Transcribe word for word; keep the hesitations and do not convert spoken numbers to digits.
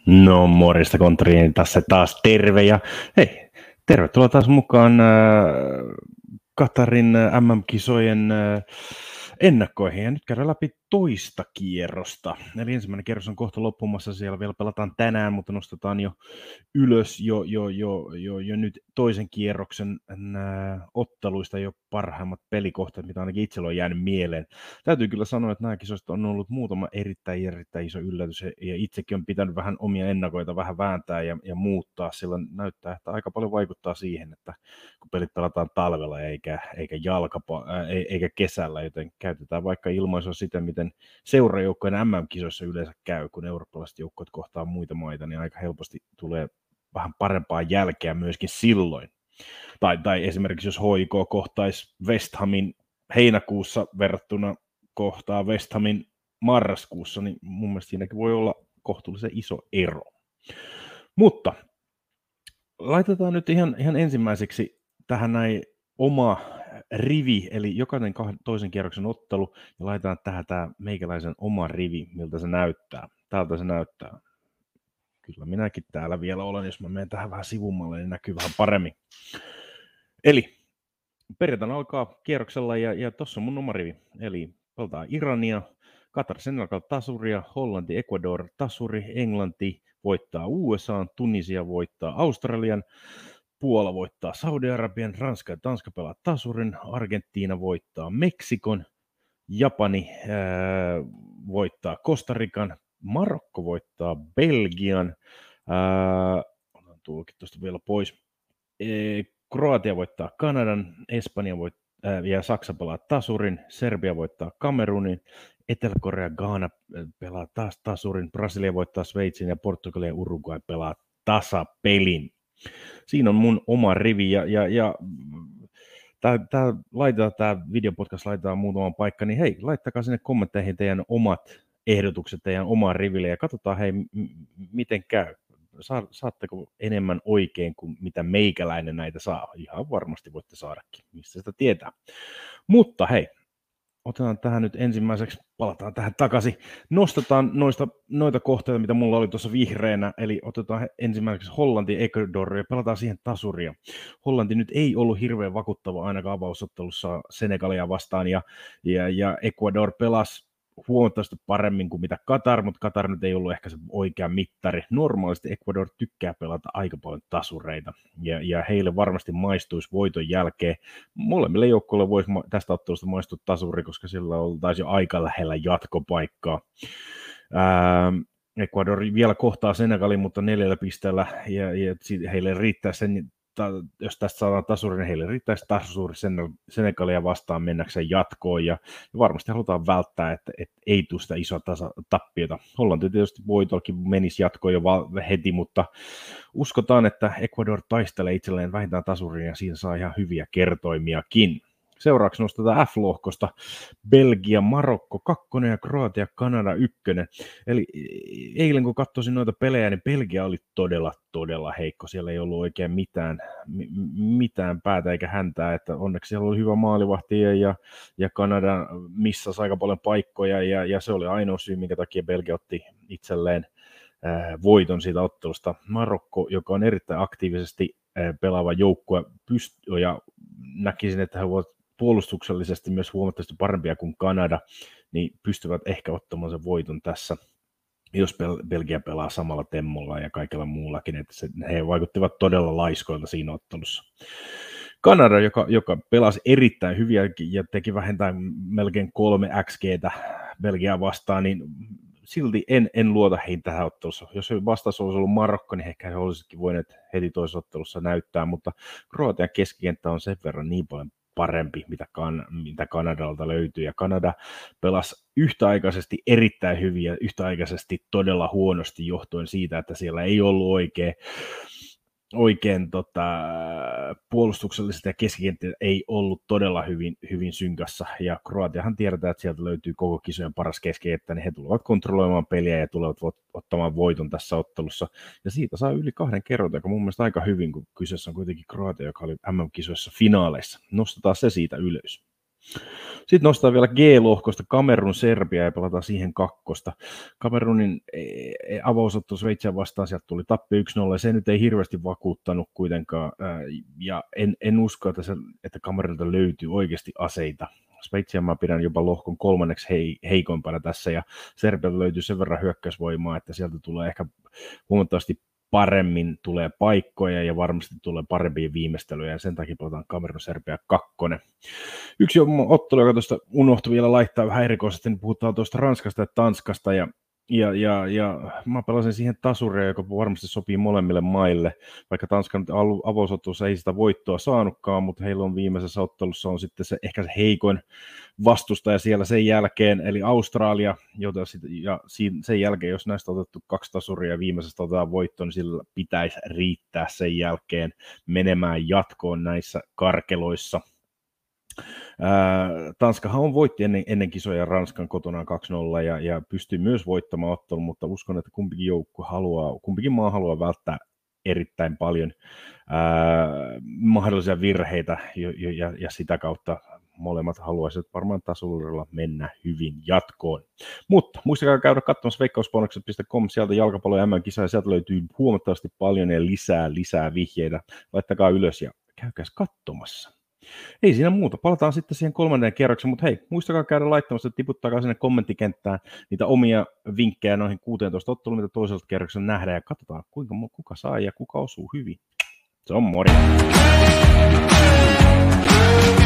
No morjesta Kontriini, tässä taas terve ja hei, tervetuloa taas mukaan äh, Katarin äh, M M-kisojen äh, ennakkoihin ja nyt käydään läpi toista kierrosta. Eli ensimmäinen kierros on kohta loppumassa, siellä vielä pelataan tänään, mutta nostetaan jo ylös jo, jo, jo, jo, jo nyt toisen kierroksen äh, otteluista jo parhaimmat pelikohteet, mitä ainakin itsellä on jäänyt mieleen. Täytyy kyllä sanoa, että nämä kisoista on ollut muutama erittäin, erittäin iso yllätys, ja itsekin on pitänyt vähän omia ennakoita vähän vääntää ja, ja muuttaa, sillä näyttää, että aika paljon vaikuttaa siihen, että kun pelit pelataan talvella eikä, eikä, jalkapa, ää, eikä kesällä, joten käytetään vaikka ilmaisua sitä, miten seurajoukkojen M M-kisoissa yleensä käy, kun eurooppalaiset joukkueet kohtaa muita maita, niin aika helposti tulee vähän parempaa jälkeä myöskin silloin. Tai, tai esimerkiksi jos H I K kohtaisi West Hamin heinäkuussa verrattuna kohtaa West Hamin marraskuussa, niin mun mielestä siinäkin voi olla kohtuullisen iso ero. Mutta laitetaan nyt ihan, ihan ensimmäiseksi tähän näin oma rivi, eli jokainen toisen kierroksen ottelu, ja laitetaan tähän tämä meikäläisen oma rivi, miltä se näyttää. Täältä se näyttää. Kyllä minäkin täällä vielä olen, jos mä menen tähän vähän sivummalle, niin näkyy vähän paremmin. Eli perjantaina alkaa kierroksella, ja, ja tuossa on mun oma rivi. Eli pelataan Irania, Katar, Senegal, tasuria, Hollanti, Ecuador, tasuri, Englanti voittaa U S A, Tunisia voittaa Australian, Puola voittaa Saudi-Arabian, Ranska ja Tanska pelaa tasurin, Argentiina voittaa Meksikon, Japani ää, voittaa Kostarikan, Marokko voittaa Belgian, ää, otan tuokin tuosta vielä pois, e, Kroatia voittaa Kanadan, Espanja voittaa, ää, ja Saksa pelaa tasurin, Serbia voittaa Kamerunin, Etelä-Korea, Ghana pelaa taas tasurin, Brasilia voittaa Sveitsin ja Portugalia ja Uruguay pelaa tasapelin. Siinä on mun oma rivi ja, ja, ja tää, tää, laitetaan tämä videopodcast laitetaan muutamaan paikkaan, niin hei, laittakaa sinne kommentteihin teidän omat ehdotukset teidän omaan riville ja katsotaan hei, m- miten käy. Sa- saatteko enemmän oikein kuin mitä meikäläinen näitä saa? Ihan varmasti voitte saadakin, mistä sitä tietää. Mutta hei, otetaan tähän nyt ensimmäiseksi, palataan tähän takaisin. Nostetaan noista, noita kohteita, mitä mulla oli tuossa vihreänä, eli otetaan ensimmäiseksi Hollanti, Ecuador ja pelataan siihen tasuria. Hollanti nyt ei ollut hirveän vakuuttava ainakaan avausottelussa Senegalia vastaan, ja, ja, ja Ecuador pelasi huomattavasti paremmin kuin mitä Katar, mutta Katar nyt ei ollut ehkä se oikea mittari. Normaalisti Ecuador tykkää pelata aika paljon tasureita, ja, ja heille varmasti maistuisi voiton jälkeen. Molemmille joukkoille voisi tästä ottelusta maistua tasuri, koska sillä oltaisiin jo aika lähellä jatkopaikkaa. Ää, Ecuador vielä kohtaa Senegalin, mutta neljällä pisteellä, ja, ja heille riittää sen, jos tästä saadaan tasuri, niin heille riittäisi tasuri Senegalia vastaan mennäkseen jatkoon, ja, ja varmasti halutaan välttää, että, että ei tule sitä isoa tasa, tappiota. Hollanti tietysti voitollakin menisi jatkoon jo heti, mutta uskotaan, että Ecuador taistelee itselleen vähintään tasurin, ja siinä saa ihan hyviä kertoimiakin. Seuraavaksi nostetaan F-lohkosta Belgia, Marokko kakkonen ja Kroatia, Kanada ykkönen. Eli eilen kun katsoisin noita pelejä, niin Belgia oli todella, todella heikko. Siellä ei ollut oikein mitään, mitään päätä eikä häntää. Että onneksi siellä oli hyvä maalivahti ja, ja Kanada missasi aika paljon paikkoja. Ja, ja se oli ainoa syy, minkä takia Belgia otti itselleen ää, voiton siitä ottelusta. Marokko, joka on erittäin aktiivisesti ää, pelaava joukkue, pystyy ja näkisin, että he voivat puolustuksellisesti myös huomattavasti parempia kuin Kanada, niin pystyvät ehkä ottamaan sen voiton tässä, jos Bel- Belgia pelaa samalla temmolla ja kaikella muullakin, että se, he vaikuttivat todella laiskoilta siinä ottelussa. Kanada, joka, joka pelasi erittäin hyviä ja teki vähintään melkein kolme X G:tä Belgiaa vastaan, niin silti en, en luota heihin tähän ottelussa. Jos vastaus olisi ollut Marokko, niin ehkä he olisivatkin voineet heti toisessa ottelussa näyttää, mutta Kroatian keskikenttä on sen verran niin paljon parempi, mitä, kan, mitä Kanadalta löytyy, ja Kanada pelasi yhtäaikaisesti erittäin hyvin ja yhtäaikaisesti todella huonosti johtuen siitä, että siellä ei ollut oikein, oikein tota, puolustuksellisesti ja keskikenttä ei ollut todella hyvin, hyvin synkässä, ja Kroatiahan tiedetään, että sieltä löytyy koko kisojen paras keskikenttä, niin he tulevat kontrolloimaan peliä ja tulevat ottamaan voiton tässä ottelussa, ja siitä saa yli kahden kerrota, joka mun mielestä aika hyvin, kun kyseessä on kuitenkin Kroatia, joka oli M M-kisoissa finaaleissa. Nostetaan se siitä ylös. Sitten nostaa vielä G-lohkosta Kamerun Serbia ja pelataan siihen kakkosta. Kamerunin avausotto Sveitsiä vastaan, sieltä tuli tappio yksi nolla, ja se nyt ei hirveästi vakuuttanut kuitenkaan, ja en, en usko, että, se, että Kamerulta löytyy oikeasti aseita. Sveitsiä mä pidän jopa lohkon kolmanneksi hei, heikoimpana tässä, ja Serbialta löytyy sen verran hyökkäysvoimaa, että sieltä tulee ehkä huomattavasti paremmin tulee paikkoja ja varmasti tulee parempia viimeistelyjä, ja sen takia pelataan Kamerun Serbia kakkonen. Yksi ottelu, joka tuosta unohtui vielä laittaa vähän erikoisesti, niin puhutaan tuosta Ranskasta ja Tanskasta, ja, ja, ja, ja mä pelasin siihen tasuria, joka varmasti sopii molemmille maille, vaikka Tanskan avausottelussa ei sitä voittoa saanutkaan, mutta heillä on viimeisessä ottelussa on sitten se, ehkä se heikoin vastustaja siellä sen jälkeen, eli Australia, jota sit, ja sen jälkeen, jos näistä on otettu kaksi tasuria ja viimeisestä otetaan voitto, niin sillä pitäisi riittää sen jälkeen menemään jatkoon näissä karkeloissa. Ää, Tanskahan on voitti ennen, ennen kisoja Ranskan kotonaan kaksi nolla ja, ja pystyy myös voittamaan ottelun, mutta uskon, että kumpikin joukko haluaa, kumpikin maa haluaa välttää erittäin paljon ää, mahdollisia virheitä ja, ja, ja sitä kautta molemmat haluaisivat varmaan tasurilla mennä hyvin jatkoon. Mutta muistakaa käydä katsomassa veikkausbonukset piste com, sieltä jalkapallo- ja M M-kisa, ja sieltä löytyy huomattavasti paljon ja lisää, lisää vihjeitä. Laittakaa ylös ja käykääs katsomassa. Ei siinä muuta, palataan sitten siihen kolmannen kerroksen, mutta hei, muistakaa käydä laittamassa, että tiputtakaa sinne kommenttikenttään niitä omia vinkkejä noihin kuusitoista otteluun, mitä toiselta kerroksen nähdään, ja katsotaan, kuinka kuka saa ja kuka osuu hyvin. Se on mori!